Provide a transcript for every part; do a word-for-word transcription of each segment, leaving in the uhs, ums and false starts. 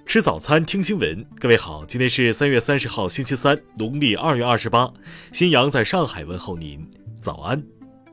吃早餐，听新闻。各位好，今天是三月三十号，星期三，农历二月二十八。新阳在上海问候您，早安。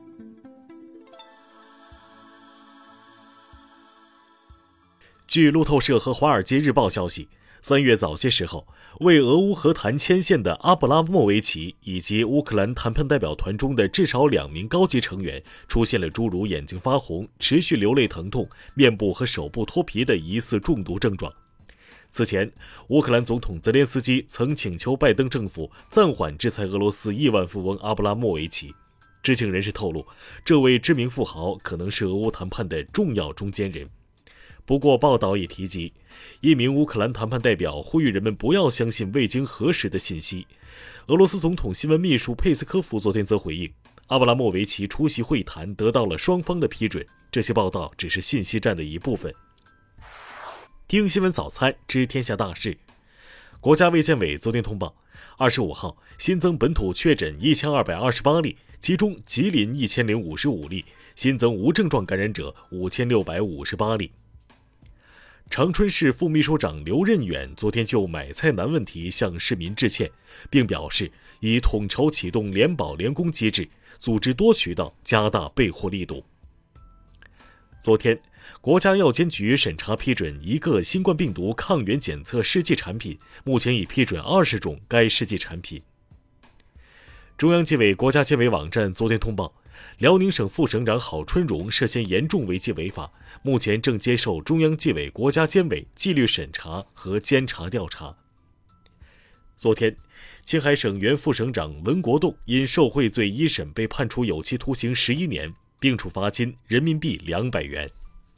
据路透社和华尔街日报消息，三月早些时候，为俄乌和谈牵线的阿布拉莫维奇以及乌克兰谈判代表团中的至少两名高级成员出现了诸如眼睛发红、持续流泪疼痛、面部和手部脱皮的疑似中毒症状。此前，乌克兰总统泽连斯基曾请求拜登政府暂缓制裁俄罗斯亿万富翁阿布拉莫维奇。知情人士透露，这位知名富豪可能是俄乌谈判的重要中间人。不过，报道也提及，一名乌克兰谈判代表呼吁人们不要相信未经核实的信息。俄罗斯总统新闻秘书佩斯科夫昨天则回应，阿布拉莫维奇出席会谈得到了双方的批准，这些报道只是信息战的一部分。听新闻早餐知天下大事。国家卫健委昨天通报，二十五号新增本土确诊一千二百二十八例，其中吉林一千零五十五例，新增无症状感染者五千六百五十八例。长春市副秘书长刘任远昨天就买菜难问题向市民致歉，并表示已统筹启动联保联供机制，组织多渠道加大备货力度。昨天，国家药监局审查批准一个新冠病毒抗原检测试剂产品，目前已批准二十种该试剂产品。中央纪委国家监委网站昨天通报，辽宁省副省长郝春荣涉嫌严重违纪违法，目前正接受中央纪委国家监委纪律审查和监察调查。昨天，青海省原副省长文国栋因受贿罪一审被判处有期徒刑十一年，并处罚金人民币两百元。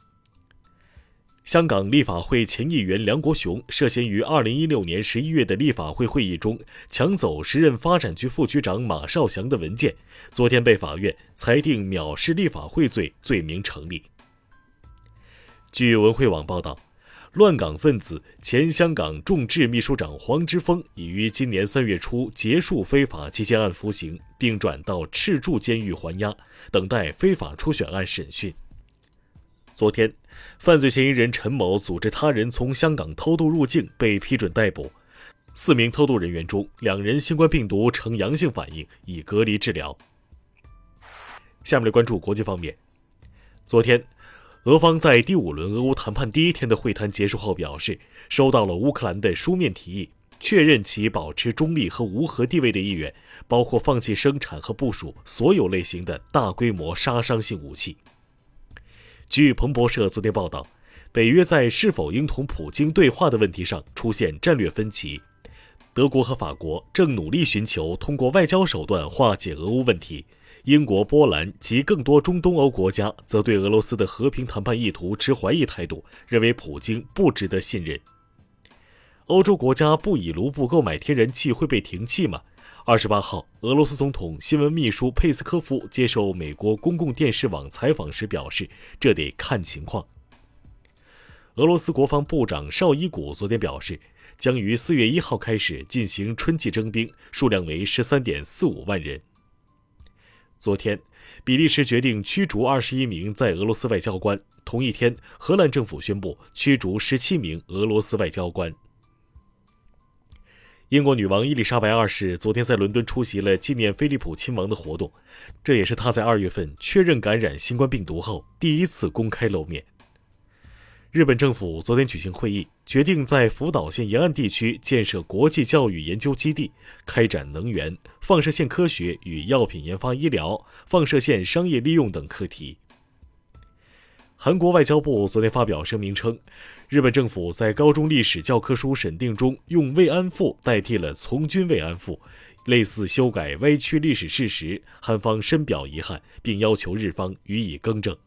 香港立法会前议员梁国雄涉嫌于二零一六年十一月的立法会会议中抢走时任发展局副局长马绍祥的文件，昨天被法院裁定藐视立法会罪罪名成立。据文汇网报道，乱港分子前香港众志秘书长黄之锋已于今年三月初结束非法期间案服刑，并转到赤柱监狱还押，等待非法出选案审讯。昨天，犯罪嫌疑人陈某组织他人从香港偷渡入境，被批准逮捕。四名偷渡人员中，两人新冠病毒呈阳性反应，已隔离治疗。下面来关注国际方面。昨天，俄方在第五轮俄乌谈判第一天的会谈结束后表示，收到了乌克兰的书面提议，确认其保持中立和无核地位的意愿，包括放弃生产和部署所有类型的大规模杀伤性武器。据彭博社昨天报道，北约在是否应同普京对话的问题上出现战略分歧。德国和法国正努力寻求通过外交手段化解俄乌问题，英国、波兰及更多中东欧国家则对俄罗斯的和平谈判意图持怀疑态度，认为普京不值得信任。欧洲国家不以卢布购买天然气会被停气吗？二十八号，俄罗斯总统新闻秘书佩斯科夫接受美国公共电视网采访时表示，这得看情况。俄罗斯国防部长绍伊古昨天表示，将于四月一号开始进行春季征兵，数量为 十三点四五万人。昨天，比利时决定驱逐二十一名在俄罗斯外交官，同一天，荷兰政府宣布驱逐十七名俄罗斯外交官。英国女王伊丽莎白二世昨天在伦敦出席了纪念菲利普亲王的活动，这也是她在二月份确认感染新冠病毒后第一次公开露面。日本政府昨天举行会议，决定在福岛县沿岸地区建设国际教育研究基地，开展能源、放射线科学与药品研发医疗、放射线商业利用等课题。韩国外交部昨天发表声明称，日本政府在高中历史教科书审定中用慰安妇代替了从军慰安妇，类似修改歪曲历史事实，韩方深表遗憾，并要求日方予以更正。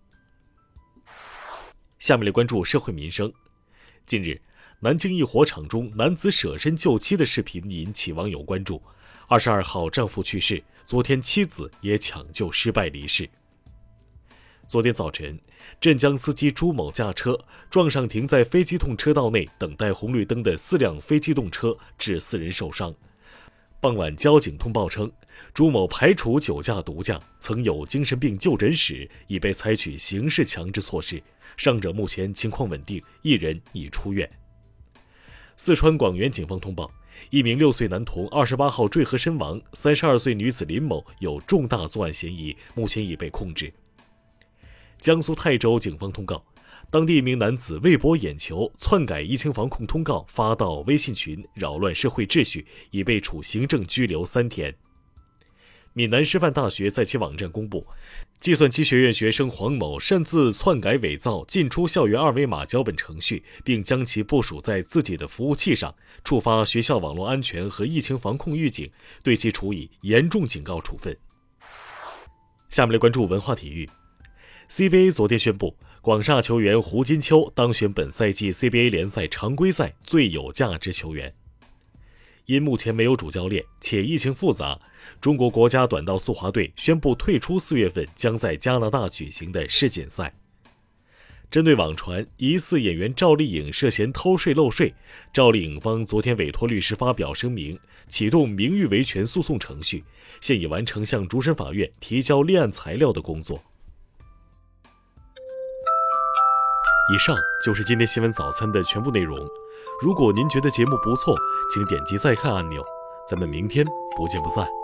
下面来关注社会民生。近日，南京一火场中男子舍身救妻的视频引起网友关注。二十二号，丈夫去世，昨天妻子也抢救失败离世。昨天早晨，镇江司机朱某驾车撞上停在非机动车道内等待红绿灯的四辆非机动车，致四人受伤。傍晚，交警通报称，朱某排除酒驾毒驾，曾有精神病就诊史，已被采取刑事强制措施。伤者目前情况稳定，一人已出院。 四川广元警方通报，一名六岁男童二十八号坠河身亡，三十二岁女子林某有重大作案嫌疑，目前已被控制。江苏泰州警方通告，当地一名男子为博眼球，篡改疫情防控通告发到微信群，扰乱社会秩序，已被处行政拘留三天。闽南师范大学在其网站公布，计算机学院学生黄某擅自篡改伪造进出校园二维码脚本程序，并将其部署在自己的服务器上，触发学校网络安全和疫情防控预警，对其处以严重警告处分。下面来关注文化体育。C B A 昨天宣布，广厦球员胡金秋当选本赛季 C B A 联赛常规赛最有价值球员。因目前没有主教练，且疫情复杂，中国国家短道速滑队宣布退出四月份将在加拿大举行的世锦赛。针对网传疑似演员赵丽颖涉嫌偷税漏税，赵丽颖方昨天委托律师发表声明，启动名誉维权诉讼程序，现已完成向主审法院提交立案材料的工作。以上就是今天新闻早餐的全部内容。如果您觉得节目不错，请点击再看按钮。咱们明天不见不散。